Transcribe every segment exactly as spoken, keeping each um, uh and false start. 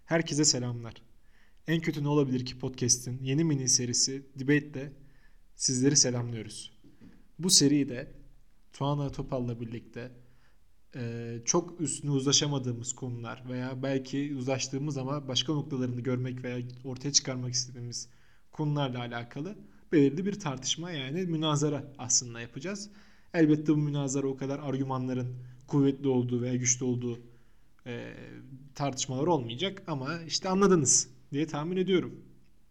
Herkese selamlar. En kötü ne olabilir ki podcast'in yeni mini serisi Debate'de sizleri selamlıyoruz. Bu seride Tuana Topal'la birlikte e, çok üstüne uzlaşamadığımız konular veya belki uzlaştığımız ama başka noktalarını görmek veya ortaya çıkarmak istediğimiz konularla alakalı belirli bir tartışma, yani münazara aslında yapacağız. Elbette bu münazara o kadar argümanların kuvvetli olduğu veya güçlü olduğu e, tartışmalar olmayacak ama işte anladınız diye tahmin ediyorum.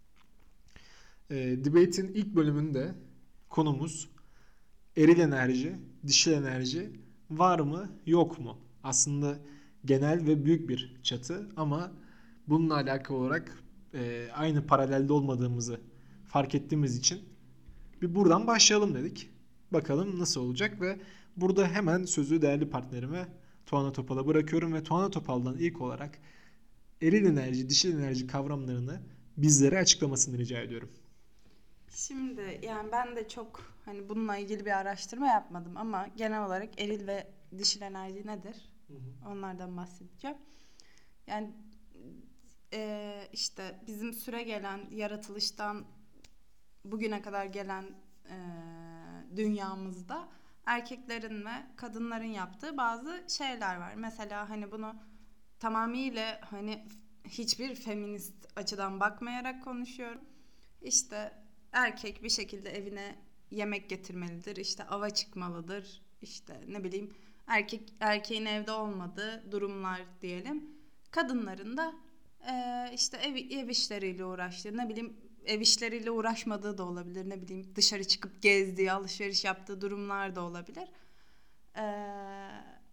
E, Debate'in ilk bölümünde konumuz eril enerji, dişil enerji var mı yok mu? Aslında genel ve büyük bir çatı ama bununla alakalı olarak e, aynı paralelde olmadığımızı fark ettiğimiz için bir buradan başlayalım dedik. Bakalım nasıl olacak ve burada hemen sözü değerli partnerime Tuana Topal'a bırakıyorum ve Tuana Topal'dan ilk olarak eril enerji, dişil enerji kavramlarını bizlere açıklamasını rica ediyorum. Şimdi yani ben de çok hani bununla ilgili bir araştırma yapmadım ama genel olarak eril ve dişil enerji nedir? Hı hı. Onlardan bahsedeceğim. Yani eee, işte bizim süre gelen yaratılıştan bugüne kadar gelen eee, dünyamızda erkeklerin ve kadınların yaptığı bazı şeyler var. Mesela hani bunu tamamıyla hani hiçbir feminist açıdan bakmayarak konuşuyorum. İşte erkek bir şekilde evine yemek getirmelidir. İşte ava çıkmalıdır. İşte ne bileyim erkek erkeğin evde olmadığı durumlar diyelim. Kadınların da eee, işte ev, ev işleriyle uğraştığı, ne bileyim ev işleriyle uğraşmadığı da olabilir. Ne bileyim dışarı çıkıp gezdiği, alışveriş yaptığı durumlar da olabilir. Eee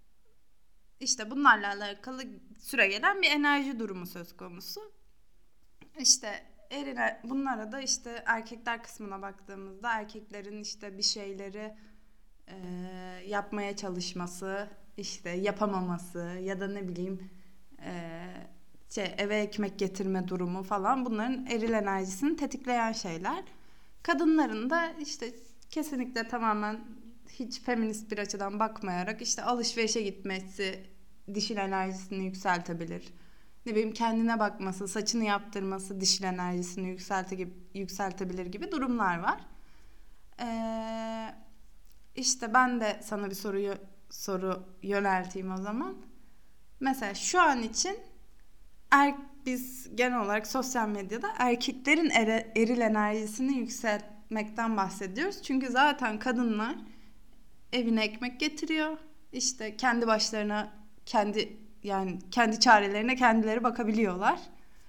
işte bunlarla alakalı süre gelen bir enerji durumu söz konusu. İşte erine, bunlara da işte erkekler kısmına baktığımızda erkeklerin işte bir şeyleri e, yapmaya çalışması, işte yapamaması ya da ne bileyim e, şey, eve ekmek getirme durumu falan, bunların eril enerjisini tetikleyen şeyler. Kadınların da işte kesinlikle tamamen hiç feminist bir açıdan bakmayarak işte alışverişe gitmesi dişil enerjisini yükseltebilir. Ne bileyim kendine bakması, saçını yaptırması dişil enerjisini yükselte, yükseltebilir gibi durumlar var. Ee, işte ben de sana bir soruyu soru yönelteyim o zaman. Mesela şu an için er, biz genel olarak sosyal medyada erkeklerin ere, eril enerjisini yükseltmekten bahsediyoruz. Çünkü zaten kadınlar evine ekmek getiriyor. İşte kendi başlarına kendi yani kendi çarelerine kendileri bakabiliyorlar.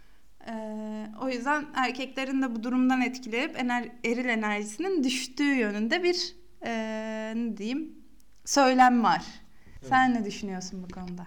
Ee, o yüzden erkeklerin de bu durumdan etkilenip ener, eril enerjisinin düştüğü yönünde bir e, ne diyeyim söylem var. Evet. Sen ne düşünüyorsun bu konuda?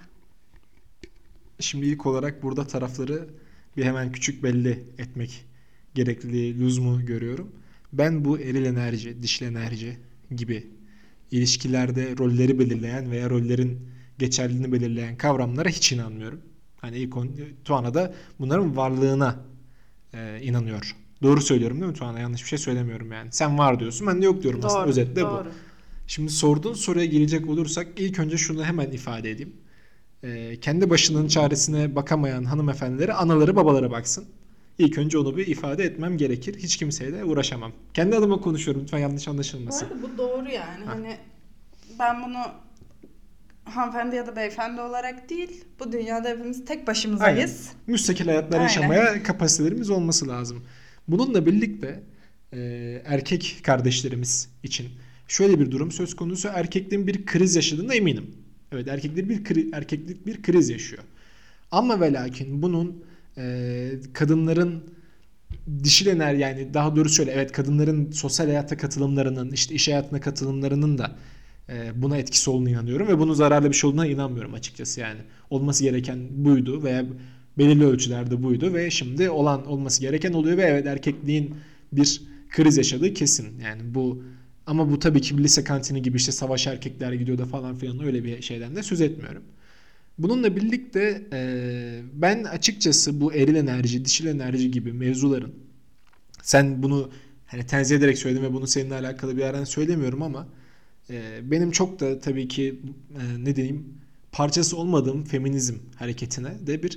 Şimdi ilk olarak burada tarafları bir hemen küçük belli etmek gerekliliği, lüzumu görüyorum. Ben bu eril enerji, dişil enerji gibi ilişkilerde rolleri belirleyen veya rollerin geçerliliğini belirleyen kavramlara hiç inanmıyorum. Hani ilk on, Tuana da bunların varlığına e, inanıyor. Doğru söylüyorum değil mi Tuana? Yanlış bir şey söylemiyorum yani. Sen var diyorsun, ben de yok diyorum. Aslında Doğru, özetle bu. doğru. Şimdi sorduğun soruya gelecek olursak ilk önce şunu hemen ifade edeyim. E, kendi başının çaresine bakamayan hanımefendileri anaları babalara baksın. İlk önce onu bir ifade etmem gerekir. Hiç kimseyle uğraşamam. Kendi adıma konuşuyorum, lütfen yanlış Bu anlaşılmasın. arada bu doğru yani. Hah. Hani ben bunu hanımefendi ya da beyefendi olarak değil, bu dünyada hepimiz tek Aynen. başımızayız. Müstakil hayatlar Aynen. yaşamaya kapasitelerimiz olması lazım. Bununla birlikte e, erkek kardeşlerimiz için şöyle bir durum söz konusu. Erkeklerin bir kriz yaşadığına eminim. Evet, erkekler bir kri- erkeklik bir kriz yaşıyor. Ama ve lakin bunun e, kadınların dişil enerji, yani daha doğrusu şöyle, evet, kadınların sosyal hayata katılımlarının, işte iş hayatına katılımlarının da e, buna etkisi olduğunu inanıyorum ve bunun zararlı bir şey olduğuna inanmıyorum açıkçası yani. Olması gereken buydu veya belirli ölçülerde buydu ve şimdi olan olması gereken oluyor ve evet, erkekliğin bir kriz yaşadığı kesin. Yani bu, ama bu tabii ki bir lise kantini gibi işte savaş erkekler gidiyor da falan filan, öyle bir şeyden de söz etmiyorum. Bununla birlikte e, ben açıkçası bu eril enerji, dişil enerji gibi mevzuların, sen bunu hani tenzih ederek söyledim ve bunu seninle alakalı bir yerden söylemiyorum ama e, benim çok da tabii ki e, ne diyeyim, parçası olmadığım feminizm hareketine de bir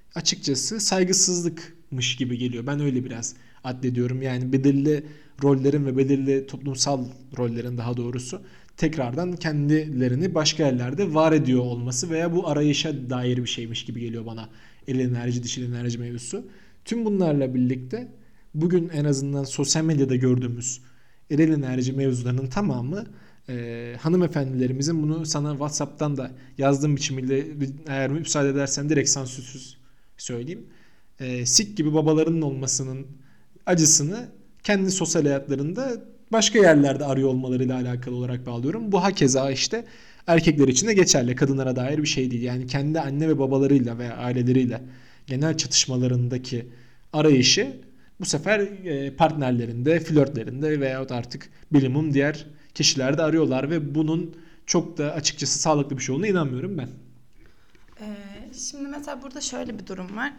açıkçası saygısızlıkmış gibi geliyor. Ben öyle biraz addediyorum. Yani belirli rollerin ve belirli toplumsal rollerin daha doğrusu tekrardan kendilerini başka yerlerde var ediyor olması veya bu arayışa dair bir şeymiş gibi geliyor bana. Eril enerji, dişil enerji mevzusu. Tüm bunlarla birlikte bugün en azından sosyal medyada gördüğümüz eril enerji mevzularının tamamı e, hanımefendilerimizin, bunu sana WhatsApp'tan da yazdığım biçimiyle eğer müsaade edersen direkt sansürsüz söyleyeyim. E, sik gibi babalarının olmasının acısını kendi sosyal hayatlarında başka yerlerde arıyor olmalarıyla alakalı olarak bağlıyorum. Bu hakeza işte erkekler için de geçerli. Kadınlara dair bir şey değil. Yani kendi anne ve babalarıyla veya aileleriyle genel çatışmalarındaki arayışı bu sefer e, partnerlerinde, flörtlerinde veyahut artık bilimum diğer kişilerde arıyorlar ve bunun çok da açıkçası sağlıklı bir şey olduğuna inanmıyorum ben. Ee, şimdi mesela burada şöyle bir durum var.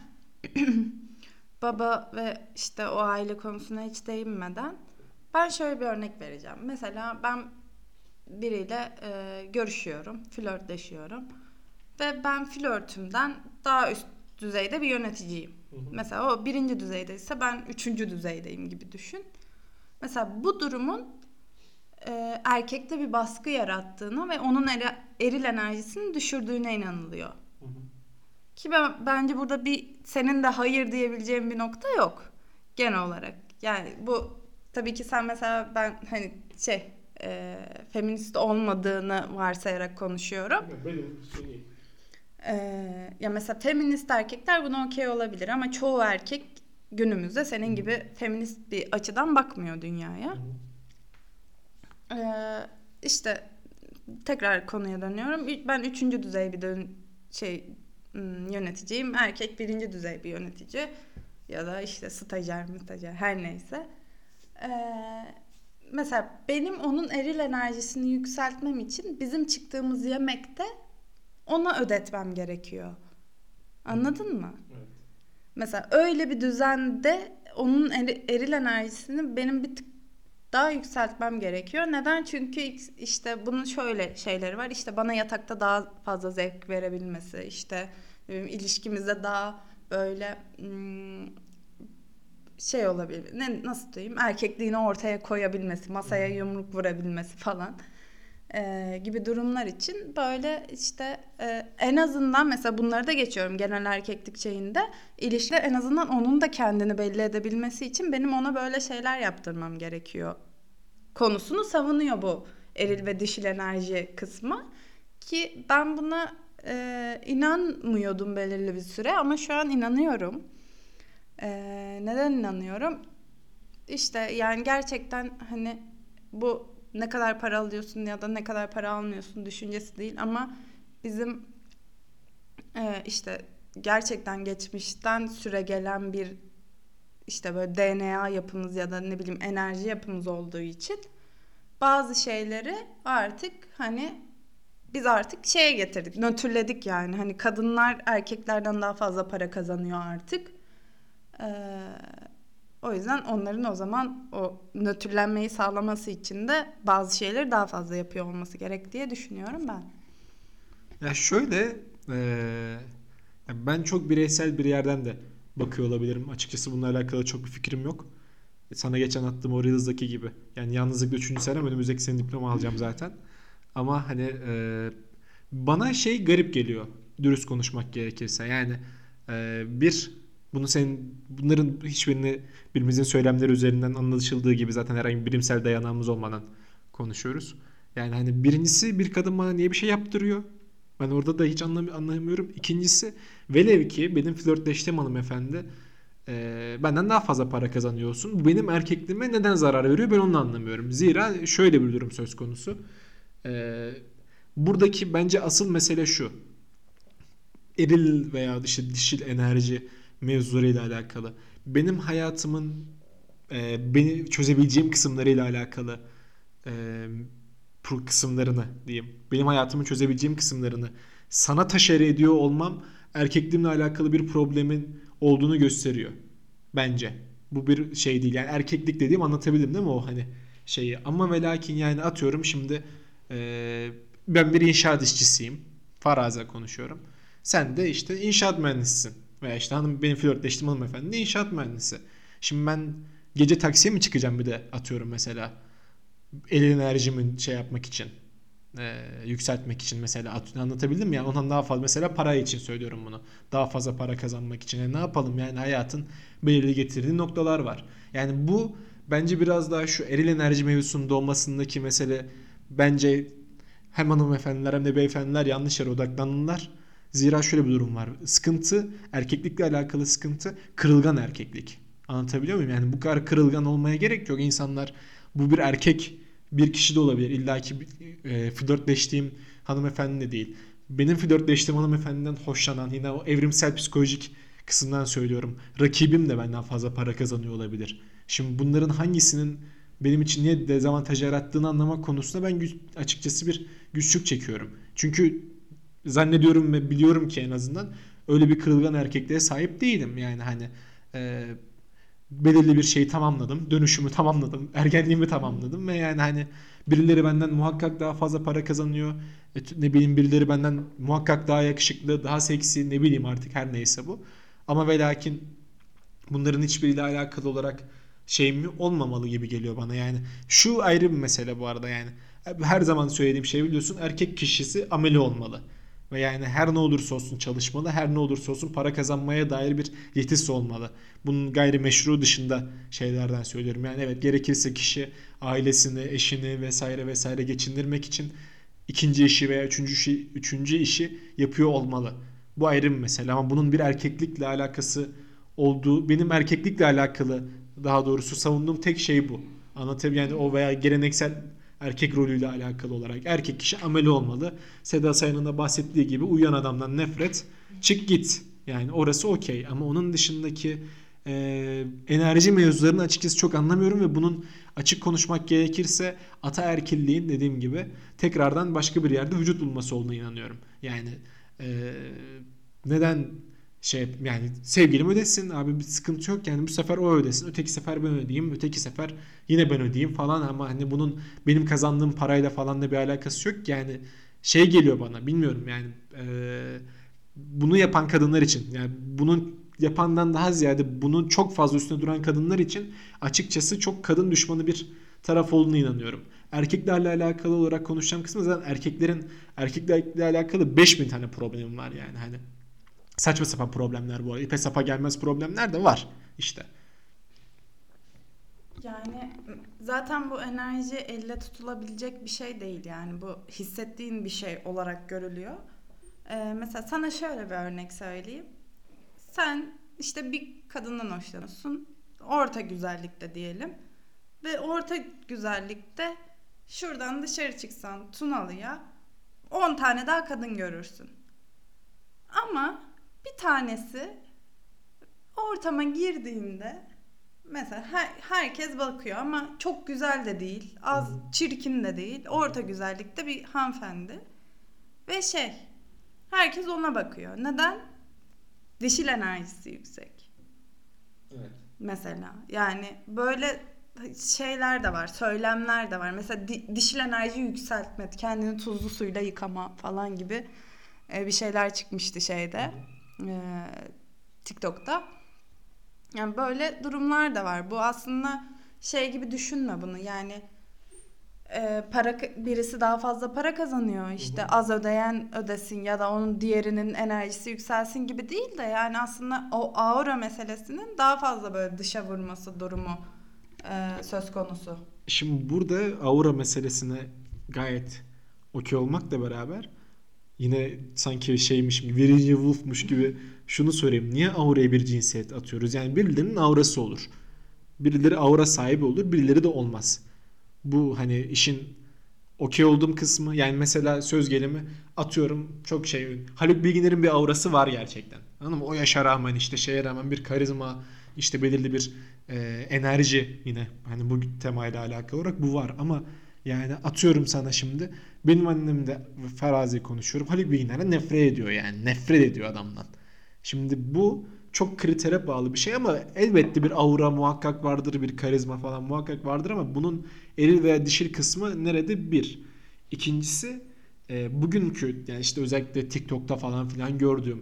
Baba ve işte o aile konusuna hiç değinmeden ben şöyle bir örnek vereceğim. Mesela ben biriyle e, görüşüyorum, flörtleşiyorum ve ben flörtümden daha üst düzeyde bir yöneticiyim. Hı hı. Mesela o birinci düzeydeyse ben üçüncü düzeydeyim gibi düşün. Mesela bu durumun e, erkekte bir baskı yarattığına ve onun eri, eril enerjisini düşürdüğüne inanılıyor. Hı hı. Ki ben, bence burada bir senin de hayır diyebileceğin bir nokta yok genel olarak. Yani bu tabii ki sen mesela ben hani şey e, feminist olmadığını varsayarak konuşuyorum. Benim şey... Ee, ya mesela feminist erkekler buna okey olabilir ama çoğu erkek günümüzde senin gibi feminist bir açıdan bakmıyor dünyaya. Ee, işte tekrar konuya dönüyorum. Ben üçüncü düzey bir dön şey yöneticiyim. Erkek birinci düzey bir yönetici ya da işte stajyer stajyer her neyse. Ee, mesela benim onun eril enerjisini yükseltmem için bizim çıktığımız yemekte ona ödetmem gerekiyor. Anladın mı? Evet. Mesela öyle bir düzende onun eril enerjisini benim bir tık daha yükseltmem gerekiyor. Neden? Çünkü işte bunun şöyle şeyleri var. İşte bana yatakta daha fazla zevk verebilmesi, işte ilişkimizde daha böyle şey olabilir. Ne nasıl diyeyim? Erkekliğini ortaya koyabilmesi, masaya yumruk vurabilmesi falan. Ee, gibi durumlar için böyle işte e, en azından mesela bunları da geçiyorum genel erkeklik şeyinde ilişkide en azından onun da kendini belli edebilmesi için benim ona böyle şeyler yaptırmam gerekiyor konusunu savunuyor bu eril ve dişil enerji kısmı ki ben buna e, inanmıyordum belirli bir süre ama şu an inanıyorum. E, neden inanıyorum? İşte yani gerçekten hani bu ne kadar para alıyorsun ya da ne kadar para almıyorsun düşüncesi değil ama bizim e, işte gerçekten geçmişten süre gelen bir işte böyle D N A yapımız ya da ne bileyim enerji yapımız olduğu için bazı şeyleri artık hani biz artık şeye getirdik, nötrledik yani. Hani kadınlar erkeklerden daha fazla para kazanıyor artık. Ee, o yüzden onların o zaman o nötrlenmeyi sağlaması için de bazı şeyleri daha fazla yapıyor olması gerek diye düşünüyorum ben. Ya şöyle ee, ben çok bireysel bir yerden de bakıyor olabilirim. Açıkçası bununla alakalı çok bir fikrim yok. Sana geçen attığım o Reels'daki gibi. Yani yalnızlıkla üçüncü senem önümüzdeki sene diploma alacağım zaten. Ama hani e, bana şey garip geliyor. Dürüst konuşmak gerekirse. Yani e, bir bunu senin bunların hiçbirini birbirimizin söylemleri üzerinden anlaşıldığı gibi zaten herhangi bir bilimsel dayanağımız olmadan konuşuyoruz. Yani hani birincisi bir kadın bana niye bir şey yaptırıyor? Ben orada da hiç anlam anlamıyorum. İkincisi velev ki benim flörtleştiğim hanımefendi e, benden daha fazla para kazanıyorsun. Bu benim erkekliğime neden zarar veriyor ben onu anlamıyorum. Zira şöyle bir durum söz konusu. E, buradaki bence asıl mesele şu. Eril veya işte dişil enerji mevzularıyla alakalı. Benim hayatımın e, beni çözebileceğim kısımlarıyla alakalı e, kısımlarını diyeyim. Benim hayatımı çözebileceğim kısımlarını sana taşeri ediyor olmam erkekliğimle alakalı bir problemin olduğunu gösteriyor. Bence. Bu bir şey değil. Yani erkeklik dediğim anlatabildim değil mi o hani şeyi. Ama ve lakin yani atıyorum şimdi e, ben bir inşaat işçisiyim. Faraza konuşuyorum. Sen de işte inşaat mühendisisin. Veya işte hanım, benim flörtleştiğim hanımefendi de inşaat mühendisi. Şimdi ben gece taksiye mi çıkacağım bir de atıyorum mesela. El enerjimi şey yapmak için. e, yükseltmek için mesela At- anlatabildim mi? Yani ondan daha fazla mesela para için söylüyorum bunu. Daha fazla para kazanmak için. Yani ne yapalım yani hayatın belirli getirdiği noktalar var. Yani bu bence biraz daha şu eril enerji mevzusunun olmasındaki mesele bence hem hanımefendiler hem de beyefendiler yanlış yere odaklandılar. Zira şöyle bir durum var. Sıkıntı, erkeklikle alakalı sıkıntı kırılgan erkeklik. Anlatabiliyor muyum? Yani bu kadar kırılgan olmaya gerek yok. İnsanlar bu bir erkek bir kişi de olabilir. İlla ki e, flörtleştiğim hanımefendi de değil. Benim flörtleştiğim hanımefendiden hoşlanan yine o evrimsel psikolojik kısımdan söylüyorum. Rakibim de benden fazla para kazanıyor olabilir. Şimdi bunların hangisinin benim için niye dezavantaj yarattığını anlamak konusunda ben güç, açıkçası bir güçlük çekiyorum. Çünkü zannediyorum ve biliyorum ki en azından öyle bir kırılgan erkekliğe sahip değilim. Yani hani e, belirli bir şeyi tamamladım. Dönüşümü tamamladım. Ergenliğimi tamamladım ve yani hani birileri benden muhakkak daha fazla para kazanıyor. E, ne bileyim birileri benden muhakkak daha yakışıklı, daha seksi ne bileyim artık her neyse bu. Ama ve lakin bunların hiçbiriyle alakalı olarak şey mi olmamalı gibi geliyor bana. Yani şu ayrı bir mesele bu arada yani. Her zaman söylediğim şey biliyorsun erkek kişisi ameli olmalı. Ve yani her ne olursa olsun çalışmalı, her ne olursa olsun para kazanmaya dair bir yetisi olmalı. Bunun gayrimeşru dışında şeylerden söylüyorum. Yani evet gerekirse kişi ailesini, eşini vesaire vesaire geçindirmek için ikinci işi veya üçüncü işi, üçüncü işi yapıyor olmalı. Bu ayrı bir mesele ama bunun bir erkeklikle alakası olduğu, benim erkeklikle alakalı daha doğrusu savunduğum tek şey bu. Anlatabiliyor yani o veya geleneksel erkek rolüyle alakalı olarak erkek kişi ameli olmalı. Seda Sayan'ın da bahsettiği gibi uyuyan adamdan nefret, çık git. Yani orası okey ama onun dışındaki e, enerji mevzularını açıkçası çok anlamıyorum ve bunun açık konuşmak gerekirse ataerkilliğin dediğim gibi tekrardan başka bir yerde vücut bulması olduğuna inanıyorum. Yani e, neden şey yani sevgilim ödesin abi bir sıkıntı yok yani bu sefer o ödesin öteki sefer ben ödeyeyim öteki sefer yine ben ödeyeyim falan ama hani bunun benim kazandığım parayla falan da bir alakası yok yani şey geliyor bana bilmiyorum yani e, bunu yapan kadınlar için yani bunun yapandan daha ziyade bunun çok fazla üstüne duran kadınlar için açıkçası çok kadın düşmanı bir taraf olduğunu inanıyorum. Erkeklerle alakalı olarak konuşacağım kısmı zaten erkeklerin erkeklerle alakalı beş bin tane problemim var yani hani saçma sapan problemler bu arada. İpe sapa gelmez problemler de var işte. Yani zaten bu enerji elle tutulabilecek bir şey değil yani bu hissettiğin bir şey olarak görülüyor. Ee, mesela sana şöyle bir örnek söyleyeyim. Sen işte bir kadından hoşlanıyorsun. Orta güzellikte diyelim. Ve orta güzellikte şuradan dışarı çıksan Tunalı'ya on tane daha kadın görürsün. Ama bir tanesi ortama girdiğinde mesela her, herkes bakıyor ama çok güzel de değil, az çirkin de değil, orta güzellikte bir hanımefendi. Ve şey, herkes ona bakıyor. Neden? Dişil enerjisi yüksek. Evet. Mesela yani böyle şeyler de var, söylemler de var. Mesela di- dişil enerji yükseltme, kendini tuzlu suyla yıkama falan gibi e, bir şeyler çıkmıştı şeyde, e, TikTok'ta. Yani böyle durumlar da var. Bu aslında şey gibi düşünme bunu. Yani e, para birisi daha fazla para kazanıyor işte az ödeyen ödesin ya da onun diğerinin enerjisi yükselsin gibi değil de yani aslında o aura meselesinin daha fazla böyle dışa vurması durumu e, söz konusu. Şimdi burada aura meselesine gayet okey olmakla beraber yine sanki şeymiş gibi Virginia Woolf'muş gibi şunu sorayım. Niye auraya bir cinsiyet atıyoruz? Yani birilerinin aurası olur. Birileri aura sahibi olur, birileri de olmaz. Bu hani işin okey olduğum kısmı yani mesela söz gelimi atıyorum çok şey Haluk Bilginer'in bir aurası var gerçekten. Anladın mı? O yaşa rağmen işte şeye rağmen bir karizma işte belirli bir e, enerji yine hani bu temayla alakalı olarak bu var ama yani atıyorum sana şimdi benim annem de farazi konuşuyorum Haluk Bilginer'e nefret ediyor yani nefret ediyor adamdan. Şimdi bu çok kritere bağlı bir şey ama elbette bir aura muhakkak vardır, bir karizma falan muhakkak vardır ama bunun eril veya dişil kısmı nerede? Bir. İkincisi e, bugünkü yani işte özellikle TikTok'ta falan filan gördüğüm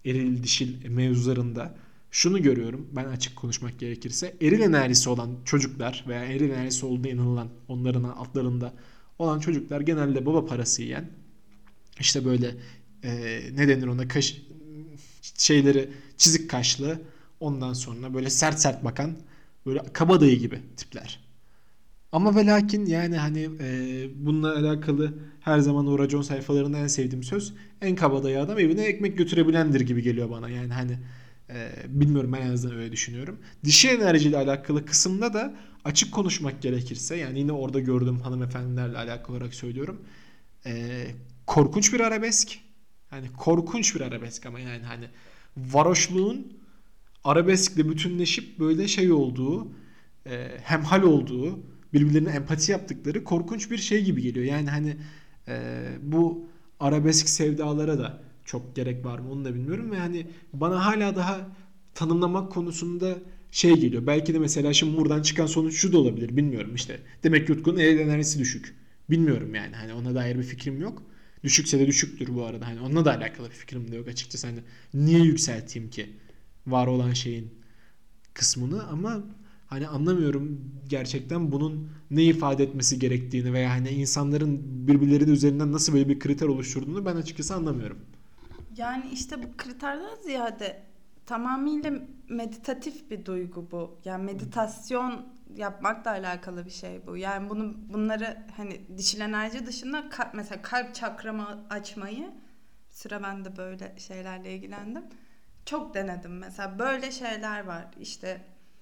eril dişil mevzularında şunu görüyorum, ben açık konuşmak gerekirse. Eril enerjisi olan çocuklar veya eril enerjisi olduğuna inanılan, onların altlarında olan çocuklar genelde baba parası yiyen, işte böyle e, ne denir ona, kaş, şeyleri çizik kaşlı, ondan sonra böyle sert sert bakan, böyle kabadayı gibi tipler. Ama ve lakin yani hani e, bununla alakalı her zaman o racon sayfalarında en sevdiğim söz, en kabadayı adam evine ekmek götürebilendir gibi geliyor bana. Yani hani e, bilmiyorum, ben en azından öyle düşünüyorum. Dişi enerjiyle alakalı kısımda da açık konuşmak gerekirse, yani yine orada gördüğüm hanımefendilerle alakalı olarak söylüyorum. E, korkunç bir arabesk. Hani korkunç bir arabesk ama yani hani varoşluğun arabeskle bütünleşip böyle şey olduğu, e, hemhal olduğu, birbirlerine empati yaptıkları korkunç bir şey gibi geliyor. Yani hani e, bu arabesk sevdalara da çok gerek var mı onu da bilmiyorum ve hani bana hala daha tanımlamak konusunda şey geliyor. Belki de mesela şimdi buradan çıkan sonuç şu da olabilir, bilmiyorum işte. Demek ki Utku'nun el enerjisi düşük. Bilmiyorum yani, hani ona dair bir fikrim yok. Düşükse de düşüktür bu arada. Hani onunla da alakalı bir fikrim de yok açıkçası. Hani niye yükselteyim ki var olan şeyin kısmını, ama hani anlamıyorum gerçekten bunun ne ifade etmesi gerektiğini veya hani insanların birbirleri üzerinden nasıl böyle bir kriter oluşturduğunu ben açıkçası anlamıyorum. Yani işte bu kriterden ziyade tamamıyla meditatif bir duygu bu. Yani meditasyon yapmakla alakalı bir şey bu. Yani bunu bunları hani dişil enerji dışında ka- mesela kalp çakramı açmayı, sıra ben de böyle şeylerle ilgilendim. Çok denedim mesela, böyle şeyler var işte,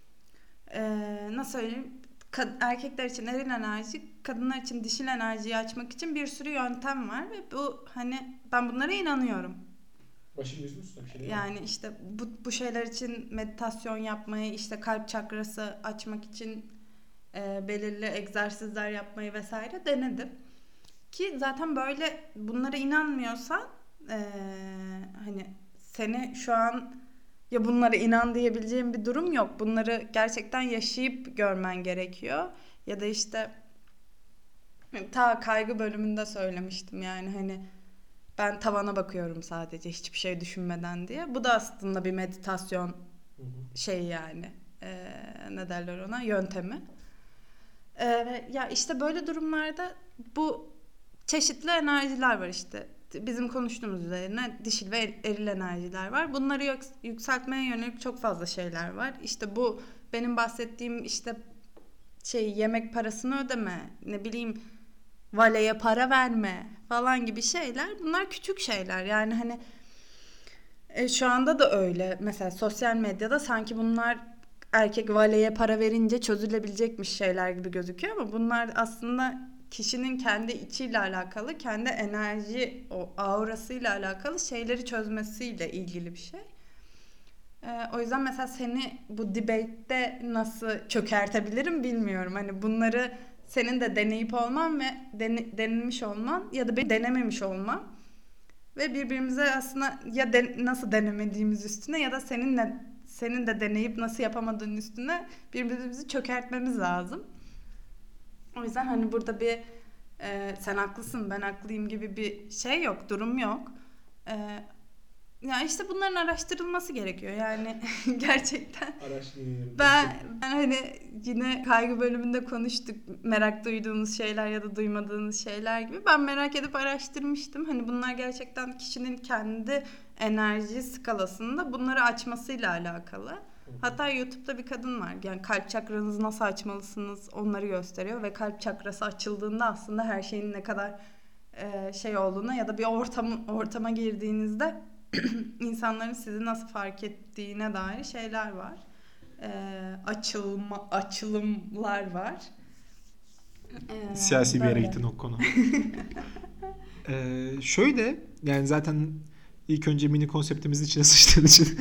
eee, nasıl söyleyeyim, Kad- erkekler için eril enerji, kadınlar için dişil enerjiyi açmak için bir sürü yöntem var ve bu hani ben bunlara inanıyorum. Başım gözüm üstüne bir şey değil mi? Yani işte bu, bu şeyler için meditasyon yapmayı, işte kalp çakrası açmak için e, belirli egzersizler yapmayı vesaire denedim. Ki zaten böyle bunlara inanmıyorsan e, hani seni şu an ya bunlara inan diyebileceğim bir durum yok. Bunları gerçekten yaşayıp görmen gerekiyor. Ya da işte ta kaygı bölümünde söylemiştim yani hani ben tavana bakıyorum sadece hiçbir şey düşünmeden diye. Bu da aslında bir meditasyon Hı hı. şey yani. Ee, ne derler ona? Yöntemi. Ee, ya işte böyle durumlarda bu çeşitli enerjiler var işte. Bizim konuştuğumuz üzerine dişil ve eril enerjiler var. Bunları yükseltmeye yönelik çok fazla şeyler var. İşte bu benim bahsettiğim işte şey, yemek parasını ödeme, ne bileyim valeye para verme falan gibi şeyler. Bunlar küçük şeyler. Yani hani e, şu anda da öyle. Mesela sosyal medyada sanki bunlar erkek valeye para verince çözülebilecekmiş şeyler gibi gözüküyor ama bunlar aslında kişinin kendi içiyle alakalı, kendi enerji o aurasıyla alakalı şeyleri çözmesiyle ilgili bir şey. Ee, o yüzden mesela seni bu debate'de nasıl çökertebilirim bilmiyorum. Hani bunları senin de deneyip olman ve dene, denilmiş olman ya da bir denememiş olman ve birbirimize aslında ya de, nasıl denemediğimiz üstüne ya da seninle senin de deneyip nasıl yapamadığın üstüne birbirimizi çökertmemiz lazım. O yüzden hani burada bir e, sen haklısın ben haklıyım gibi bir şey yok, durum yok. E, Ya işte bunların araştırılması gerekiyor yani gerçekten. Araştırıyorum. Ben, ben hani yine kaygı bölümünde konuştuk, merak duyduğunuz şeyler ya da duymadığınız şeyler gibi. Ben merak edip araştırmıştım. Hani bunlar gerçekten kişinin kendi enerji skalasında bunları açmasıyla alakalı. Hatta YouTube'da bir kadın var. Yani kalp çakranızı nasıl açmalısınız onları gösteriyor ve kalp çakrası açıldığında aslında her şeyin ne kadar e, şey olduğuna ya da bir ortam ortama girdiğinizde insanların sizi nasıl fark ettiğine dair şeyler var. Ee, açılma, açılımlar var. Ee, Siyasi bir yere böyle. gittin o konu. Ee, şöyle yani zaten ilk önce mini konseptimizin içine sıçtığın için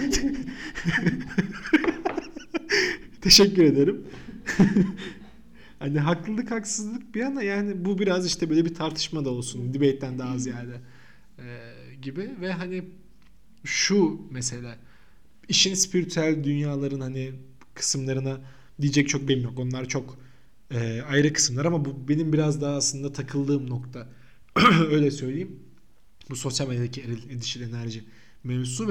teşekkür ederim. Hani haklılık haksızlık bir yana, yani bu biraz işte böyle bir tartışma da olsun. Debate'den daha ziyade ee, gibi ve hani şu mesela işin spiritüel dünyaların hani kısımlarına diyecek çok benim yok. Onlar çok e, ayrı kısımlar ama bu benim biraz daha aslında takıldığım nokta. Öyle söyleyeyim. Bu sosyal medyadaki eril, dişil enerji mevzusu ve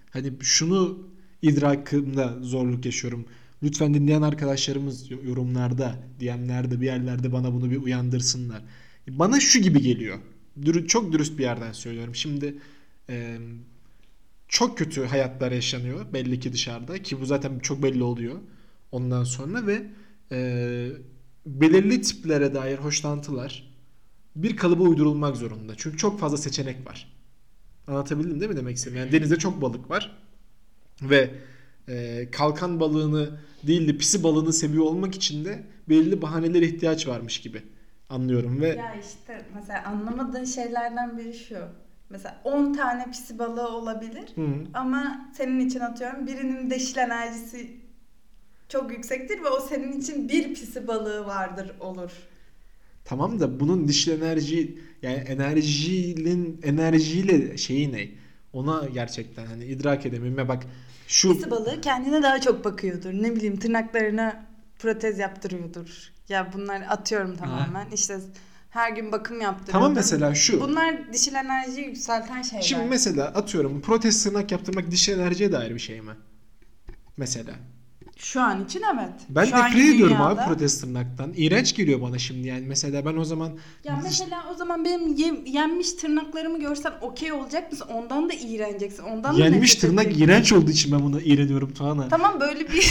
Hani şunu idrakımda zorluk yaşıyorum. Lütfen dinleyen arkadaşlarımız yorumlarda, D M'lerde bir yerlerde bana bunu bir uyandırsınlar. Bana şu gibi geliyor. Dürü- Çok dürüst bir yerden söylüyorum. Şimdi e, çok kötü hayatlar yaşanıyor belli ki dışarıda ki bu zaten çok belli oluyor ondan sonra ve e, belirli tiplere dair hoşlantılar bir kalıba uydurulmak zorunda. Çünkü çok fazla seçenek var. Anlatabildim değil mi demek istediğim? Yani denizde çok balık var ve e, kalkan balığını değil de pisi balığını seviyor olmak için de belirli bahanelere ihtiyaç varmış gibi anlıyorum ve Ya işte mesela anlamadığın şeylerden biri şu. Mesela on tane pisi balığı olabilir hı, ama senin için atıyorum birinin dişil enerjisi çok yüksektir ve o senin için bir pisi balığı vardır olur. tamam da bunun dişil enerji yani enerjinin enerjiyle şeyi ne? Ona gerçekten hani idrak edemiyorum. Ya bak şu Pisi balığı kendine daha çok bakıyordur. Ne bileyim tırnaklarına protez yaptırıyordur. Ya bunlar atıyorum tamamen. İşte her gün bakım yaptırıyordur. tamam mesela şu. Bunlar dişil enerjiyi yükselten şeyler. Şimdi mesela atıyorum protez tırnak yaptırmak dişil enerjiye dair bir şey mi? Mesela. Şu an için evet. Ben Şu anki nefret ediyorum dünyada- abi protez tırnaktan. İğrenç geliyor bana şimdi yani. Mesela ben o zaman Ya mesela o zaman benim ye- yenmiş tırnaklarımı görsen okey olacak mısın? Ondan da iğreneceksin. Ondan da yenmiş nefret tırnak edeceksin. iğrenç olduğu için ben buna iğreniyorum Tuana. Tamam böyle bir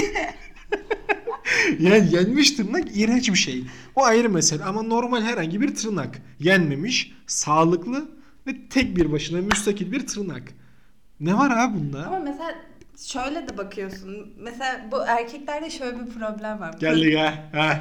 Yani yenmiş tırnak iğrenç bir şey. O ayrı mesele ama normal herhangi bir tırnak. Yenmemiş, sağlıklı ve tek bir başına müstakil bir tırnak. Ne var abi bunda? ama mesela şöyle de bakıyorsun. Mesela bu erkeklerde şöyle bir problem var. Geldik ha. ha.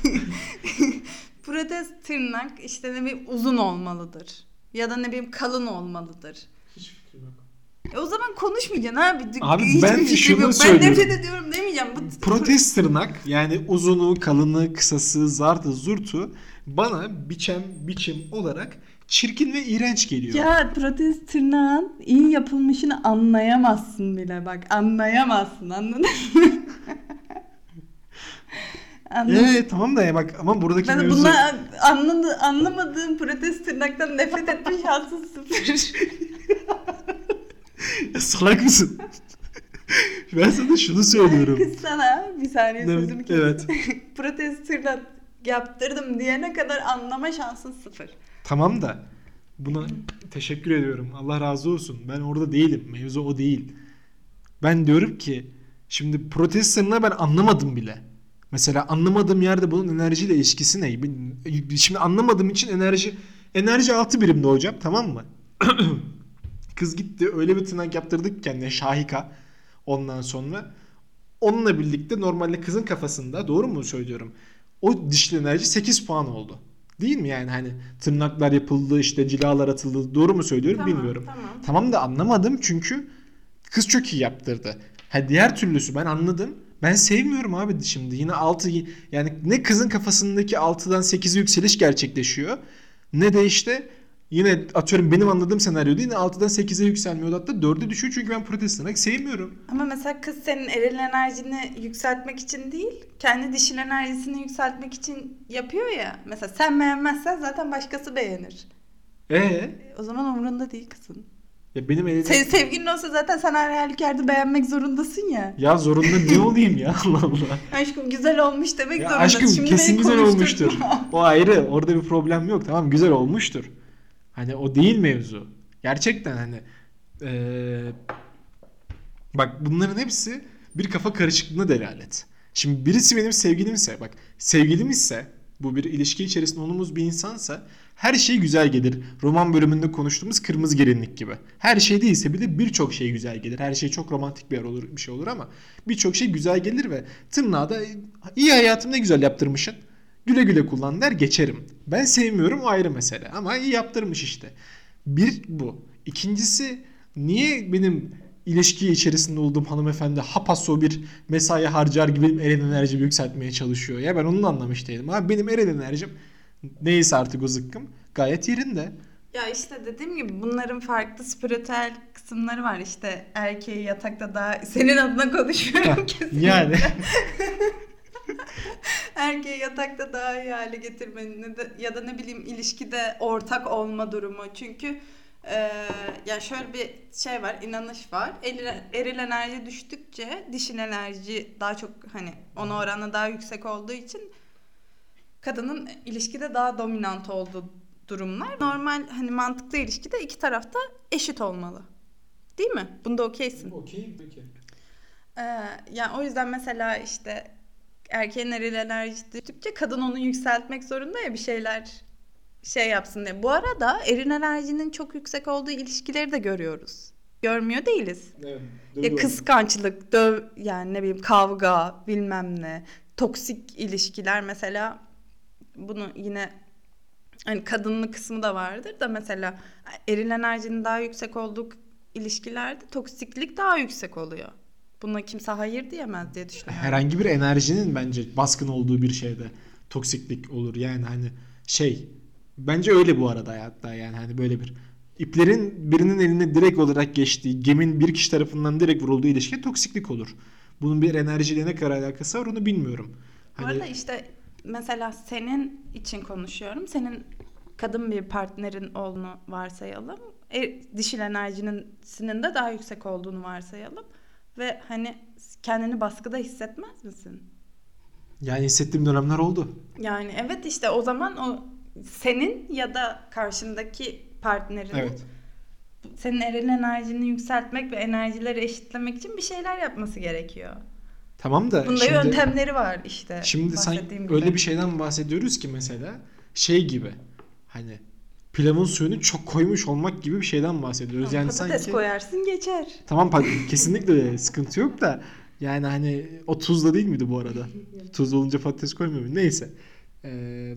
Protez tırnak işte ne bileyim uzun olmalıdır. Ya da ne bileyim kalın olmalıdır. Hiç fikrim yok. E o zaman konuşmayacaksın abi. Abi Hiçbir ben fikrim şunu yok. Ben söylüyorum. nefret ediyorum demeyeceğim. Bu Protez tırnak yani uzunu, kalını, kısası, zartı, zurtu bana biçem, biçim olarak çirkin ve iğrenç geliyor. Ya protez tırnağın iyi yapılmışını anlayamazsın bile bak. Anlayamazsın anladın mı? Anladın. Evet tamam da ya bak ama buradaki Ben mevzu... bunlar anladı, anlamadığım protez tırnaktan nefret etme şansın sıfır. Ya salak mısın? Ben sana şunu söylüyorum. Kız sana bir saniye Evet, sözümü kes. evet. Protez tırnak yaptırdım diyene kadar anlama şansın sıfır. Tamam da buna teşekkür ediyorum. Allah razı olsun. Ben orada değilim. Mevzu o değil. Ben diyorum ki şimdi protez tırnağı ben anlamadım bile. Mesela anlamadığım yerde bunun enerjiyle ilişkisi ne? Ben- Şimdi anlamadığım için enerji enerji altı birimde hocam tamam mı? Kız gitti öyle bir tırnak yaptırdık kendine şahika ondan sonra. Onunla birlikte normalde kızın kafasında doğru mu söylüyorum? O dişli enerji sekiz puan oldu. Değil mi yani hani tırnaklar yapıldı işte cilalar atıldı doğru mu söylüyorum Tamam, bilmiyorum. tamam. Tamam da anlamadım çünkü kız çok iyi yaptırdı. Ha diğer türlüsü ben anladım. Ben sevmiyorum abi şimdi yine altı yani ne kızın kafasındaki altıdan sekize yükseliş gerçekleşiyor ne de işte yine atıyorum benim anladığım senaryoda yine altıdan sekize yükselmiyor hatta dörde düşüyor çünkü ben protez tırnak sevmiyorum. Ama mesela kız senin eril enerjini yükseltmek için değil, kendi dişil enerjisini yükseltmek için yapıyor ya. Mesela sen beğenmezsen zaten başkası beğenir. Ee O zaman umurunda değil kızın. ya benim elimde Senin sevgilin olsa zaten sen her halükarda beğenmek zorundasın ya. ya zorunda niye olayım ya Allah Allah. Aşkım güzel olmuş demek Ya zorundasın. aşkım Şimdi kesin beni güzel konuşturtma. olmuştur. O ayrı orada bir problem yok tamam güzel olmuştur. Hani o değil mevzu. Gerçekten hani eee, bak bunların hepsi bir kafa karışıklığına delalet. Şimdi birisi benim sevgilimse bak sevgilimizse bu bir ilişki içerisinde olduğumuz bir insansa her şey güzel gelir. Roman bölümünde konuştuğumuz kırmızı gelinlik gibi. Her şey değilse bile birçok şey güzel gelir. Her şey çok romantik bir yer olur, bir şey olur ama birçok şey güzel gelir ve tırnağı da iyi hayatım ne güzel yaptırmışsın. Güle güle kullan der geçerim. Ben sevmiyorum o ayrı mesele ama iyi yaptırmış işte. Bir bu. İkincisi niye benim ilişki içerisinde olduğum hanımefendi hapaso bir mesai harcar gibi benim eril enerjimi yükseltmeye çalışıyor. Ya ben onu da anlamış değilim. Abi benim eril enerjim neyse artık o zıkkım gayet yerinde. Ya işte dediğim gibi bunların farklı spiritüel kısımları var. İşte erkeği yatakta daha senin adına konuşuyorum kesinlikle. Yani Erkeği yatakta daha iyi hale getirmenin ya da, ya da ne bileyim ilişkide ortak olma durumu. Çünkü Ee, yani şöyle bir şey var, inanış var. Eril, eril enerji düştükçe dişil enerji daha çok, hani ona oranla daha yüksek olduğu için kadının ilişkide daha dominant olduğu durumlar. Normal, hani mantıklı ilişkide iki tarafta eşit olmalı. Değil mi? Bunda okeysin. Okeyim peki. Ee, yani o yüzden mesela işte erkeğin eril enerjisi düştükçe kadın onu yükseltmek zorunda ya, bir şeyler şey yapsın diye. Bu arada eril enerjinin çok yüksek olduğu ilişkileri de görüyoruz. Görmüyor değiliz. Evet. Ya kıskançlık, döv, yani ne bileyim kavga, bilmem ne, toksik ilişkiler mesela, bunu yine hani kadınlı kısmı da vardır da, mesela eril enerjinin daha yüksek olduğu ilişkilerde toksiklik daha yüksek oluyor. Buna kimse hayır diyemez diye düşünüyorum. Herhangi bir enerjinin bence baskın olduğu bir şeyde toksiklik olur. Yani hani şey, bence öyle bu arada hayatta, yani hani böyle bir iplerin birinin eline direkt olarak geçtiği, gemin bir kişi tarafından direkt vurulduğu ilişki toksiklik olur. Bunun bir enerjiyle ne kadar alakası var onu bilmiyorum. Bu Hani arada işte mesela senin için konuşuyorum. Senin kadın bir partnerin olduğunu varsayalım. E, dişil enerjinin de daha yüksek olduğunu varsayalım. Ve hani kendini baskıda hissetmez misin? yani hissettiğim dönemler oldu. Yani evet, işte o zaman o senin ya da karşındaki partnerinin Evet. senin eril enerjini yükseltmek ve enerjileri eşitlemek için bir şeyler yapması gerekiyor. Tamam da Bunda şimdi yöntemleri var işte. şimdi sanki bahsettiğim gibi. öyle bir şeyden bahsediyoruz ki mesela şey gibi, hani pilavın suyunu çok koymuş olmak gibi bir şeyden bahsediyoruz. Yani Patates sanki koyarsın geçer. tamam, pa- kesinlikle öyle, sıkıntı yok da yani hani o tuzla değil miydi bu arada? Tuz olunca patates koymuyor mu? Neyse. Ee,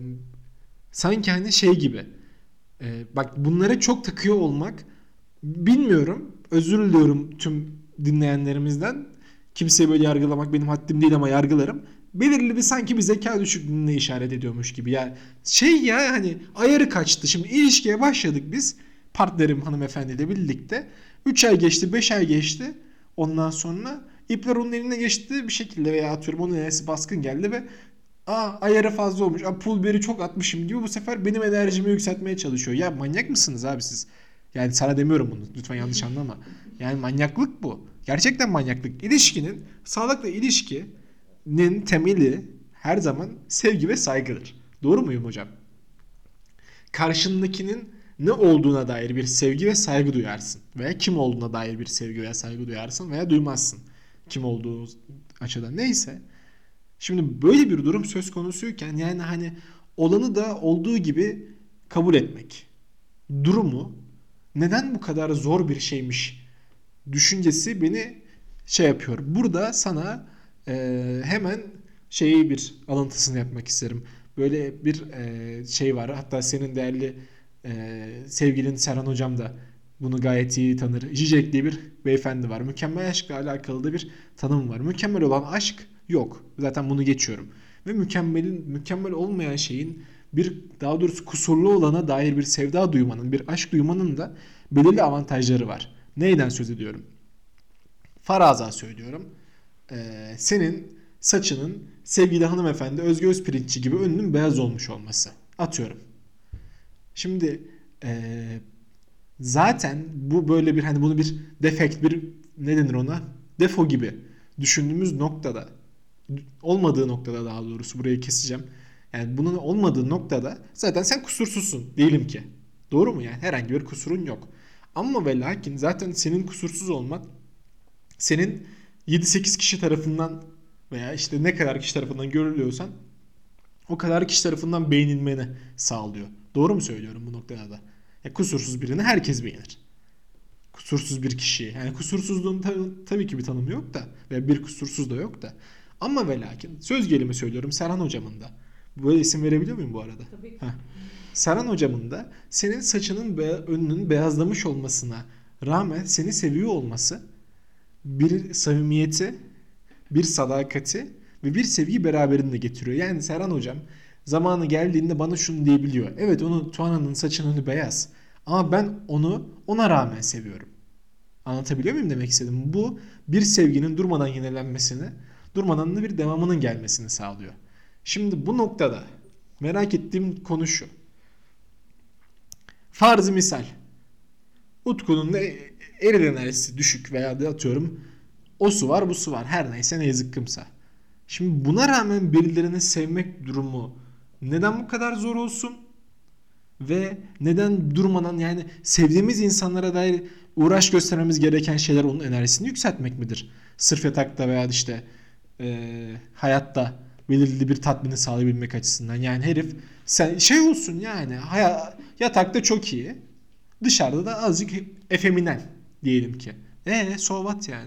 sanki hani şey gibi. Ee, bak, bunlara çok takıyor olmak, bilmiyorum. Özür diliyorum tüm dinleyenlerimizden. Kimseyi böyle yargılamak benim haddim değil ama yargılarım. Belirli bir sanki bir zeka düşüklüğüne işaret ediyormuş gibi. Ya şey, ya hani ayarı kaçtı. Şimdi ilişkiye başladık biz. Partnerim hanımefendiyle birlikte. üç ay geçti, beş ay geçti. Ondan sonra ipler onun eline geçti bir şekilde, veya atıyorum onun enerjisi baskın geldi ve aa, ayarı fazla olmuş. Aa, pul biberi çok atmışım gibi bu sefer benim enerjimi yükseltmeye çalışıyor. Ya manyak mısınız abi siz? Yani sana demiyorum bunu. Lütfen yanlış anlama. Yani manyaklık bu. Gerçekten manyaklık. İlişkinin, sağlıklı ilişkinin temeli her zaman sevgi ve saygıdır. Doğru muyum hocam? Karşındakinin ne olduğuna dair bir sevgi ve saygı duyarsın. Veya kim olduğuna dair bir sevgi veya saygı duyarsın veya duymazsın. Kim olduğu açıdan. Neyse. Şimdi böyle bir durum söz konusuyken, yani hani olanı da olduğu gibi kabul etmek durumu neden bu kadar zor bir şeymiş düşüncesi beni şey yapıyor. Burada sana e, hemen şeyi bir alıntısını yapmak isterim. Böyle bir e, şey var. Hatta senin değerli e, sevgilin Serhan hocam da bunu gayet iyi tanır. Zizek diye bir beyefendi var. Mükemmel aşkla alakalı da bir tanım var. Mükemmel olan aşk yok. Zaten bunu geçiyorum. Ve mükemmelin mükemmel olmayan şeyin, bir daha doğrusu kusurlu olana dair bir sevda duymanın, bir aşk duymanın da belirli avantajları var. Neyden söz ediyorum? Faraza söylüyorum. Ee, senin saçının sevgili hanımefendi Özge Özpirinççi gibi önünün beyaz olmuş olması. Atıyorum. Şimdi ee, zaten bu böyle bir, hani bunu bir defekt, bir ne denir ona? Defo gibi düşündüğümüz noktada, olmadığı noktada, daha doğrusu burayı keseceğim. Yani bunun olmadığı noktada zaten sen kusursuzsun diyelim ki. Doğru mu yani? Herhangi bir kusurun yok. Ama ve lakin zaten senin kusursuz olman senin yedi sekiz kişi tarafından veya işte ne kadar kişi tarafından görülüyorsan o kadar kişi tarafından beğenilmeni sağlıyor. Doğru mu söylüyorum bu noktada da? Ya kusursuz birini herkes beğenir. Kusursuz bir kişiyi. Yani kusursuzluğun tabii, tabii ki bir tanımı yok da ve bir kusursuz da yok da. Ama ve lakin söz gelimi söylüyorum, Serhan hocamın da. Böyle isim verebiliyor muyum bu arada? Tabii ki. Heh. Serhan hocamın da senin saçının be önünün beyazlamış olmasına rağmen seni seviyor olması bir samimiyeti, bir sadakati ve bir sevgi beraberinde getiriyor. Yani Serhan hocam zamanı geldiğinde bana şunu diyebiliyor. Evet, onu, Tuana'nın saçının önü beyaz. Ama ben onu ona rağmen seviyorum. Anlatabiliyor muyum demek istedim? Bu bir sevginin durmadan yenilenmesini, durmadan da bir devamının gelmesini sağlıyor. Şimdi bu noktada merak ettiğim konu şu. Farzı misal. Utku'nun da eril enerjisi düşük veya da atıyorum o su var bu su var her neyse ne zıkkımsa. Şimdi buna rağmen birilerini sevmek durumu neden bu kadar zor olsun? Ve neden durmadan yani sevdiğimiz insanlara dair uğraş göstermemiz gereken şeyler onun enerjisini yükseltmek midir? Sırf yatakta veya işte e, hayatta belirli bir tatmini sağlayabilmek açısından. Yani herif sen şey olsun yani haya, yatakta çok iyi. Dışarıda da azıcık efeminen diyelim ki. E so what yani?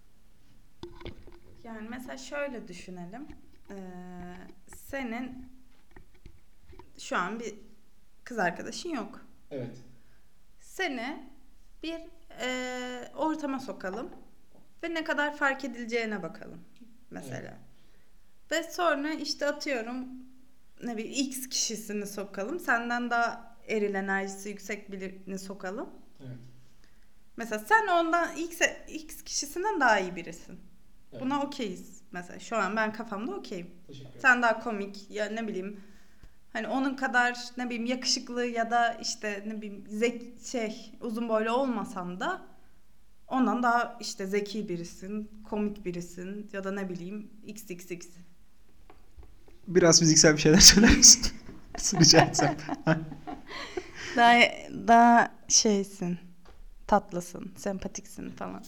Yani mesela şöyle düşünelim. Ee, senin şu an bir kız arkadaşın yok. Evet. Seni bir e, ortama sokalım ve ne kadar fark edileceğine bakalım mesela. Evet. Ve sonra işte atıyorum ne bileyim X kişisini sokalım. Senden daha eril enerjisi yüksek birini sokalım. Evet. Mesela sen ondan X, X kişisinden daha iyi birisin. Evet. Buna okeyiz. Mesela şu an ben kafamda okeyim. Teşekkür ederim. Sen daha komik ya ne bileyim hani onun kadar ne bileyim yakışıklı ya da işte ne bileyim zek şey uzun boylu olmasan da ondan daha işte zeki birisin, komik birisin ya da ne bileyim X X X. Biraz fiziksel bir şeyler söyler misin? Rica etsem. Daha daha şeysin. Tatlısın, sempatiksin falan.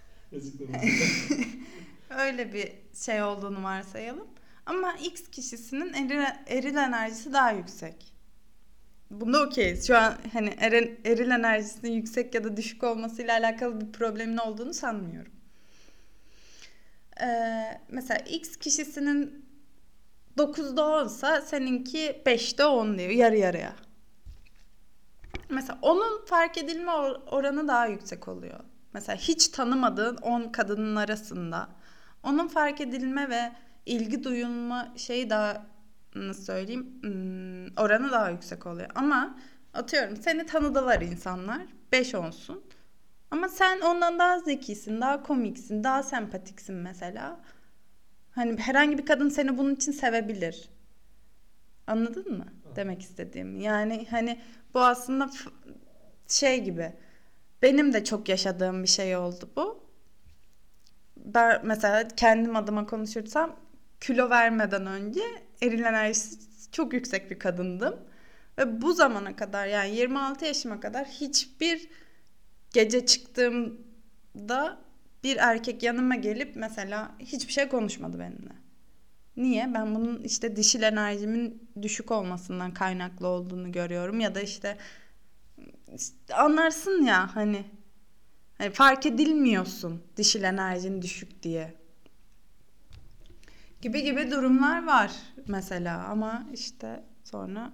Öyle bir şey olduğunu varsayalım. Ama X kişisinin eril, eril enerjisi daha yüksek. Bunda okeyiz. Şu an hani eril, eril enerjisinin yüksek ya da düşük olmasıyla alakalı bir problemin olduğunu sanmıyorum. Ee, mesela X kişisinin dokuzda onsa seninki beşte on diyor. Yarı yarıya. Mesela onun fark edilme oranı daha yüksek oluyor. Mesela hiç tanımadığın on kadının arasında onun fark edilme ve ilgi duyulma şeyi daha nasıl söyleyeyim oranı daha yüksek oluyor. Ama atıyorum seni tanıdılar insanlar beş onsun. Ama sen ondan daha zekisin, daha komiksin, daha sempatiksin mesela. Hani herhangi bir kadın seni bunun için sevebilir. Anladın mı? Demek istediğim. Yani hani bu aslında şey gibi. Benim de çok yaşadığım bir şey oldu bu. Ben mesela kendim adıma konuşursam kilo vermeden önce eril enerjisi çok yüksek bir kadındım. Ve bu zamana kadar yani yirmi altı yaşıma kadar hiçbir gece çıktığımda bir erkek yanıma gelip mesela hiçbir şey konuşmadı benimle. Niye? Ben bunun işte dişil enerjimin düşük olmasından kaynaklı olduğunu görüyorum. Ya da işte, işte anlarsın ya hani, hani fark edilmiyorsun dişil enerjin düşük diye. Gibi gibi durumlar var mesela ama işte sonra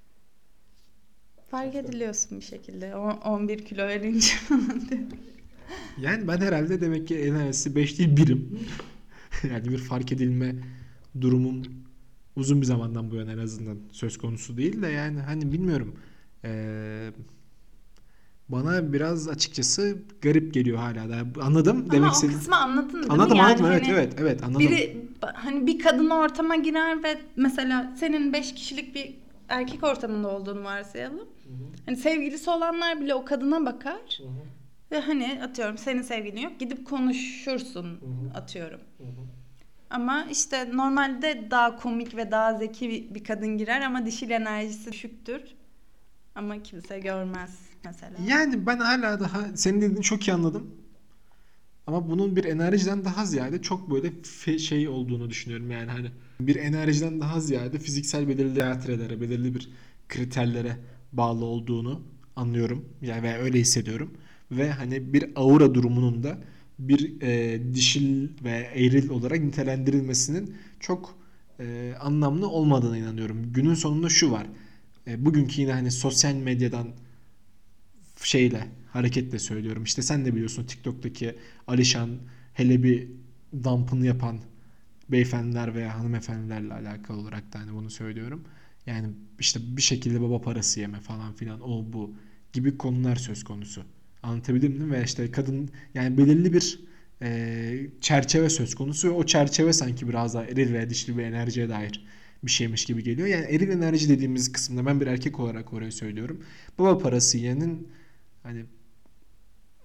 fark ediliyorsun bir şekilde. on bir kilo verince. Yani ben herhalde demek ki enerjisi beş değil birim. Yani bir fark edilme durumum uzun bir zamandan bu yana en azından söz konusu değil de yani hani bilmiyorum. Ee, bana biraz açıkçası garip geliyor hala da. Anladım Ama demek o istediğin. kısmı anladın değil Anladım mi? Yani anladım evet hani evet evet anladım. biri hani bir kadın ortama girer ve mesela senin beş kişilik bir erkek ortamında olduğunu varsayalım. Hı hı. Hani sevgilisi olanlar bile o kadına bakar. Hı hı. Ve hani atıyorum senin sevgilin yok gidip konuşursun, hı hı, atıyorum. Hı hı. Ama işte normalde daha komik ve daha zeki bir kadın girer ama dişil enerjisi düşüktür. Ama kimse görmez mesela. Yani ben hala daha senin dediğini çok iyi anladım. Ama bunun bir enerjiden daha ziyade çok böyle fe- şey olduğunu düşünüyorum yani hani bir enerjiden daha ziyade fiziksel belirli kriterlere, belirli bir kriterlere bağlı olduğunu anlıyorum. Yani ve öyle hissediyorum. Ve hani bir aura durumunun da bir e, dişil ve eril olarak nitelendirilmesinin çok e, anlamlı olmadığına inanıyorum. Günün sonunda şu var. E, bugünkü yine hani sosyal medyadan şeyle hareketle söylüyorum. İşte sen de biliyorsun TikTok'taki Alişan hele bir dump'ını yapan beyefendiler veya hanımefendilerle alakalı olarak da hani bunu söylüyorum. Yani işte bir şekilde baba parası yeme falan filan o bu gibi konular söz konusu. Anlatabildim mi? Ve işte kadın yani belirli bir e, çerçeve söz konusu ve o çerçeve sanki biraz daha eril veya dişli bir enerjiye dair bir şeymiş gibi geliyor. Yani eril enerji dediğimiz kısımda ben bir erkek olarak oraya söylüyorum. Baba parası yiyenin hani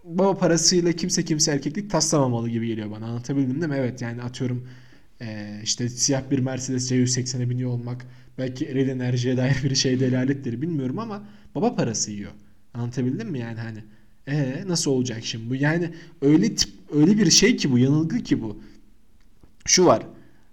baba parasıyla kimse kimse erkeklik taslamamalı gibi geliyor bana. Anlatabildim değil mi? Evet, yani atıyorum eee, işte siyah bir Mercedes C yüz seksene biniyor olmak belki eril enerjiye dair bir şey delaletleri bilmiyorum ama baba parası yiyor. Anlatabildim mi yani hani? E nasıl olacak şimdi bu? Yani öyle tip öyle bir şey ki bu, yanılgı ki bu. Şu var.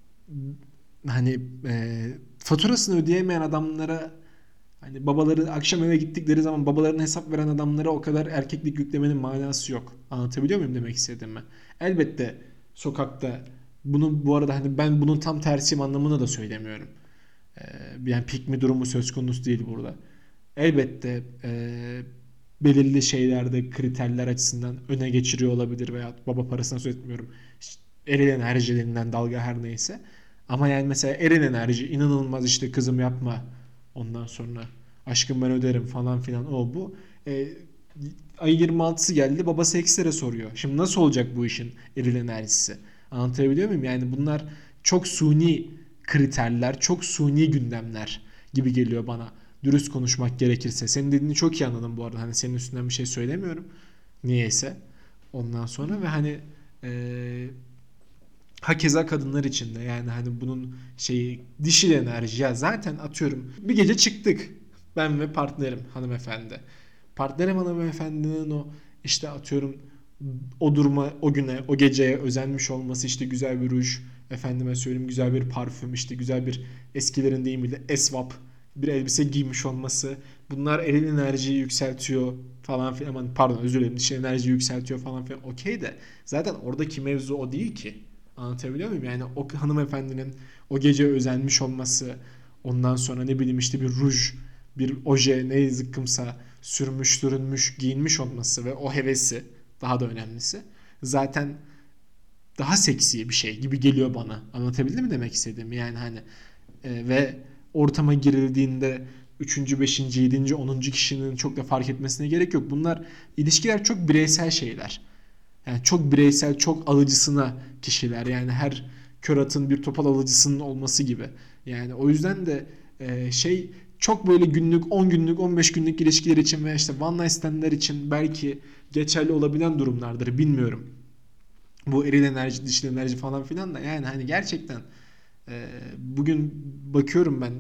Hani e, faturasını ödeyemeyen adamlara, hani babaları akşam eve gittikleri zaman babalarına hesap veren adamlara o kadar erkeklik yüklemenin manası yok. Anlatabiliyor muyum demek istediğimi? Elbette sokakta bunu, bu arada hani ben bunun tam tersiyim anlamını da söylemiyorum. Ee, yani pik mi durumu söz konusu değil burada. Elbette e, belirli şeylerde kriterler açısından öne geçiriyor olabilir veya baba parasına söz etmiyorum. İşte eril enerjilerinden dalga her neyse. Ama yani mesela eril enerji inanılmaz, işte kızım yapma, ondan sonra aşkım ben öderim falan filan, o bu. E, ay yirmi altısı geldi, babası ekslere soruyor. Şimdi nasıl olacak bu işin eril enerjisi? Anlatabiliyor muyum? Yani bunlar çok suni kriterler, çok suni gündemler gibi geliyor bana. Dürüst konuşmak gerekirse. Senin dediğini çok iyi anladım bu arada. Hani senin üstünden bir şey söylemiyorum. Niyeyse. Ondan sonra ve hani e, hakeza kadınlar için de, yani hani bunun şeyi dişil enerji, ya zaten atıyorum bir gece çıktık ben ve partnerim hanımefendi. Partnerim hanımefendinin o işte atıyorum o duruma, o güne, o geceye özenmiş olması, işte güzel bir ruj, efendime söyleyeyim güzel bir parfüm, işte güzel bir, eskilerin deyimiyle esvap bir elbise giymiş olması, bunlar eril enerjiyi yükseltiyor falan filan. Aman pardon, özür dilerim, dişil enerjiyi yükseltiyor falan filan, okey de zaten oradaki mevzu o değil ki. Anlatabiliyor muyum? Yani o hanımefendinin o gece özenmiş olması, ondan sonra ne bileyim işte bir ruj, bir oje, ne zıkkımsa sürmüş, sürünmüş, giyinmiş olması ve o hevesi, daha da önemlisi, zaten daha seksi bir şey gibi geliyor bana. Anlatabildim mi demek istediğimi? Yani hani e, ve ortama girildiğinde üçüncü, beşinci, yedinci, onuncu kişinin çok da fark etmesine gerek yok. Bunlar, ilişkiler çok bireysel şeyler. Yani çok bireysel, çok alıcısına kişiler. Yani her kör atın bir topal alıcısının olması gibi. Yani o yüzden de e, şey, çok böyle günlük, on günlük, on beş günlük ilişkiler için veya işte one night stand'ler için belki geçerli olabilen durumlardır. Bilmiyorum. Bu eril enerji, dişil enerji falan filan da, yani hani gerçekten e, bugün bakıyorum ben,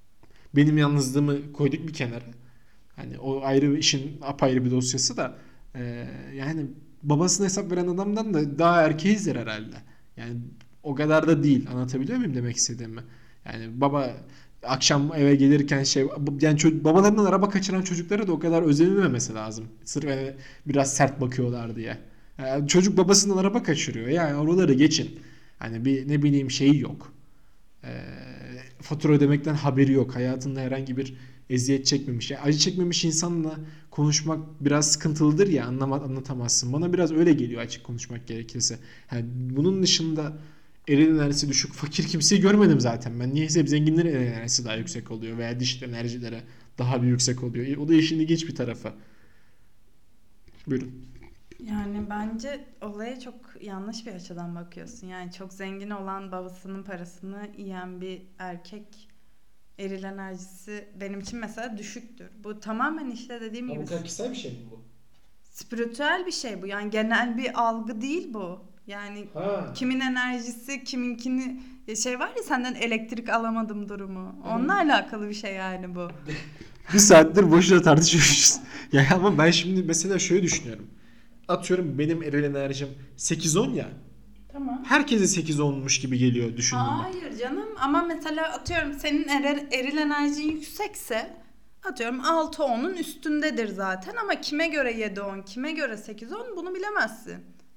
benim yalnızlığımı koyduk bir kenara. Hani o ayrı bir işin apayrı bir dosyası da e, yani babasına hesap veren adamdan da daha erkeğizdir herhalde. Yani o kadar da değil. Anlatabiliyor muyum demek istediğimi? Yani baba akşam eve gelirken şey, yani ço- babalarından araba kaçıran çocuklara da o kadar özenilmemesi lazım. Sırf yani biraz sert bakıyorlar diye. Yani çocuk babasından araba kaçırıyor. Yani oraları geçin. Hani bir ne bileyim şeyi yok. E, fatura ödemekten haberi yok. Hayatında herhangi bir eziyet çekmemiş. Yani acı çekmemiş insanla konuşmak biraz sıkıntılıdır ya, anlama, anlatamazsın. Bana biraz öyle geliyor, açık konuşmak gerekirse. Yani bunun dışında eril enerjisi düşük fakir kimseyi görmedim zaten. Ben niyeyse hep zenginlerin eril enerjisi daha yüksek oluyor veya dişil enerjilere daha bir yüksek oluyor. O da işin ilginç bir tarafı. Buyurun. Yani bence olaya çok yanlış bir açıdan bakıyorsun. Yani çok zengin olan, babasının parasını yiyen bir erkek eril enerjisi benim için mesela düşüktür. Bu tamamen işte dediğim Ama gibi bu kadar kişisel bir şey mi bu? spiritüel bir şey bu. Yani genel bir algı değil bu. Yani Ha. kimin enerjisi, kiminkini, ya şey var ya, senden elektrik alamadım durumu. Hı hı. Onunla alakalı bir şey yani bu. Bir saattir boşuna tartışıyoruz. Ya ama ben şimdi mesela şöyle düşünüyorum. Atıyorum benim eril enerjim sekiz on ya. Tamam. Herkese sekiz onmuş gibi geliyor düşündüğümde. Hayır canım, ama mesela atıyorum senin eril, eril enerjin yüksekse atıyorum altı onun üstündedir zaten, ama kime göre yedi on, kime göre sekiz on bunu bilemezsin.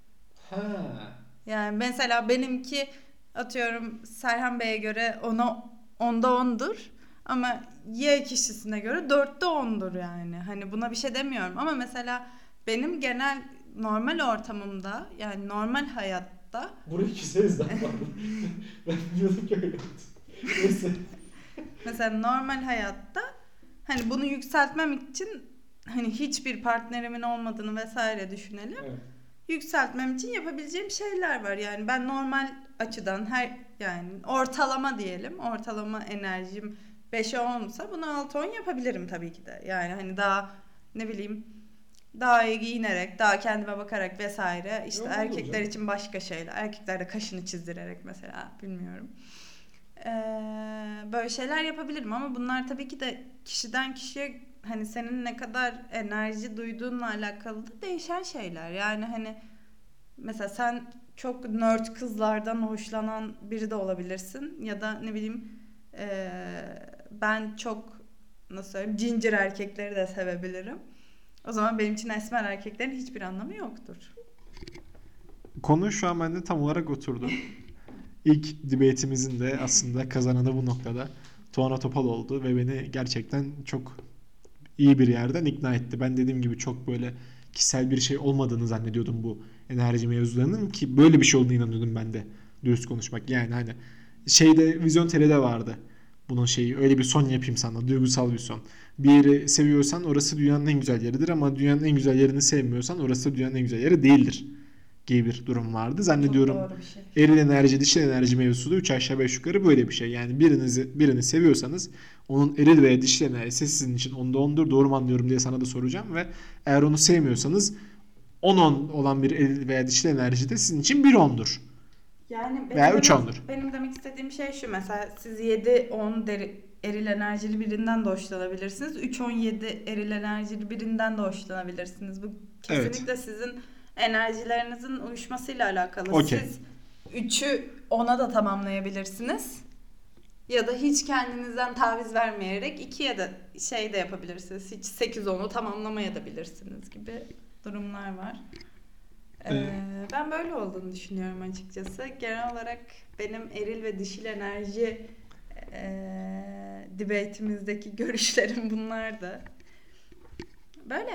Ha. Yani mesela benimki atıyorum Serhan Bey'e göre ona onda ondur, ama Y kişisine göre dörtte ondur yani. Hani buna bir şey demiyorum, ama mesela benim genel normal ortamımda, yani normal hayatta Burayı çizeriz daha pardon. Ben biliyordum ki öyle. Neyse. mesela normal hayatta hani bunu yükseltmem için, hani hiçbir partnerimin olmadığını vesaire düşünelim. Evet. Yükseltmem için yapabileceğim şeyler var. Yani ben normal açıdan her, yani ortalama diyelim. Ortalama enerjim beşe onsa bunu altı on yapabilirim tabii ki de. Yani hani daha ne bileyim daha iyi giyinerek, daha kendime bakarak vesaire. İşte Yok, erkekler canım. için başka şeyler. Erkekler de kaşını çizdirerek mesela, bilmiyorum. Ee, böyle şeyler yapabilirim ama bunlar tabii ki de kişiden kişiye, hani senin ne kadar enerji duyduğunla alakalı da değişen şeyler. Yani hani mesela sen çok nerd kızlardan hoşlanan biri de olabilirsin ya da ne bileyim, ee, ben çok, nasıl söyleyeyim, ginger erkekleri de sevebilirim. O zaman benim için esmer erkeklerin hiçbir anlamı yoktur. Konu şu an bende tam olarak oturdu. İlk debate'imizin de aslında kazananı bu noktada Tuana Topal oldu ve beni gerçekten çok iyi bir yerden ikna etti. Ben dediğim gibi çok böyle kişisel bir şey olmadığını zannediyordum bu enerji mevzularının, ki böyle bir şey olduğunu inanıyordum ben de, dürüst konuşmak. Yani hani şeyde, Vizyon T R'de vardı bunun şeyi, öyle bir son yapayım sana, duygusal bir son. Bir yeri seviyorsan orası dünyanın en güzel yeridir ama dünyanın en güzel yerini sevmiyorsan orası dünyanın en güzel yeri değildir gibi bir durum vardı. Çok Zannediyorum doğru bir şey. eril enerji, dişil enerji mevzusu da üç aşağı beş yukarı böyle bir şey. Yani birinizi birini seviyorsanız onun eril veya dişil enerjisi sizin için onda ondur. Doğru mu anlıyorum diye sana da soracağım ve eğer onu sevmiyorsanız on on olan bir eril veya dişil enerji de sizin için bir ondur. Yani Veya benim üç demek ondur. benim demek istediğim şey şu: mesela siz yedi on deri, eril enerjili birinden de hoşlanabilirsiniz. üç on yedi eril enerjili birinden de hoşlanabilirsiniz. Bu Evet. kesinlikle sizin enerjilerinizin uyuşmasıyla alakalı. Okey. Siz üçü ona da tamamlayabilirsiniz. Ya da hiç kendinizden taviz vermeyerek ikiye de şey de yapabilirsiniz. Hiç sekiz onu tamamlamaya da bilirsiniz gibi durumlar var. Ee, Ee, ben böyle olduğunu düşünüyorum açıkçası. Genel olarak benim eril ve dişil enerji e, debate'imizdeki görüşlerim bunlardı. Böyle.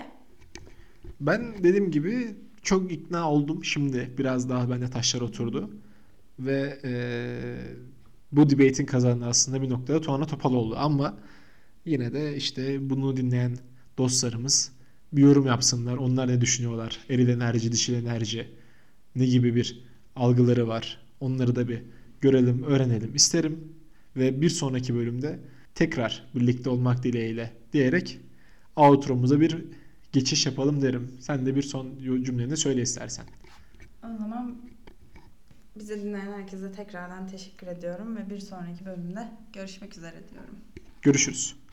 Ben dediğim gibi çok ikna oldum. Şimdi biraz daha bende taşlar oturdu. Ve eee, bu debate'in kazananı aslında bir noktada Tuana Topal oldu. Ama yine de işte bunu dinleyen dostlarımız bir yorum yapsınlar. Onlar ne düşünüyorlar? Eril enerji, dişil enerji ne gibi bir algıları var? Onları da bir görelim, öğrenelim isterim. Ve bir sonraki bölümde tekrar birlikte olmak dileğiyle diyerek outro'muza bir geçiş yapalım derim. Sen de bir son cümleni söyle istersen. O zaman bizi dinleyen herkese tekrardan teşekkür ediyorum ve bir sonraki bölümde görüşmek üzere diyorum. Görüşürüz.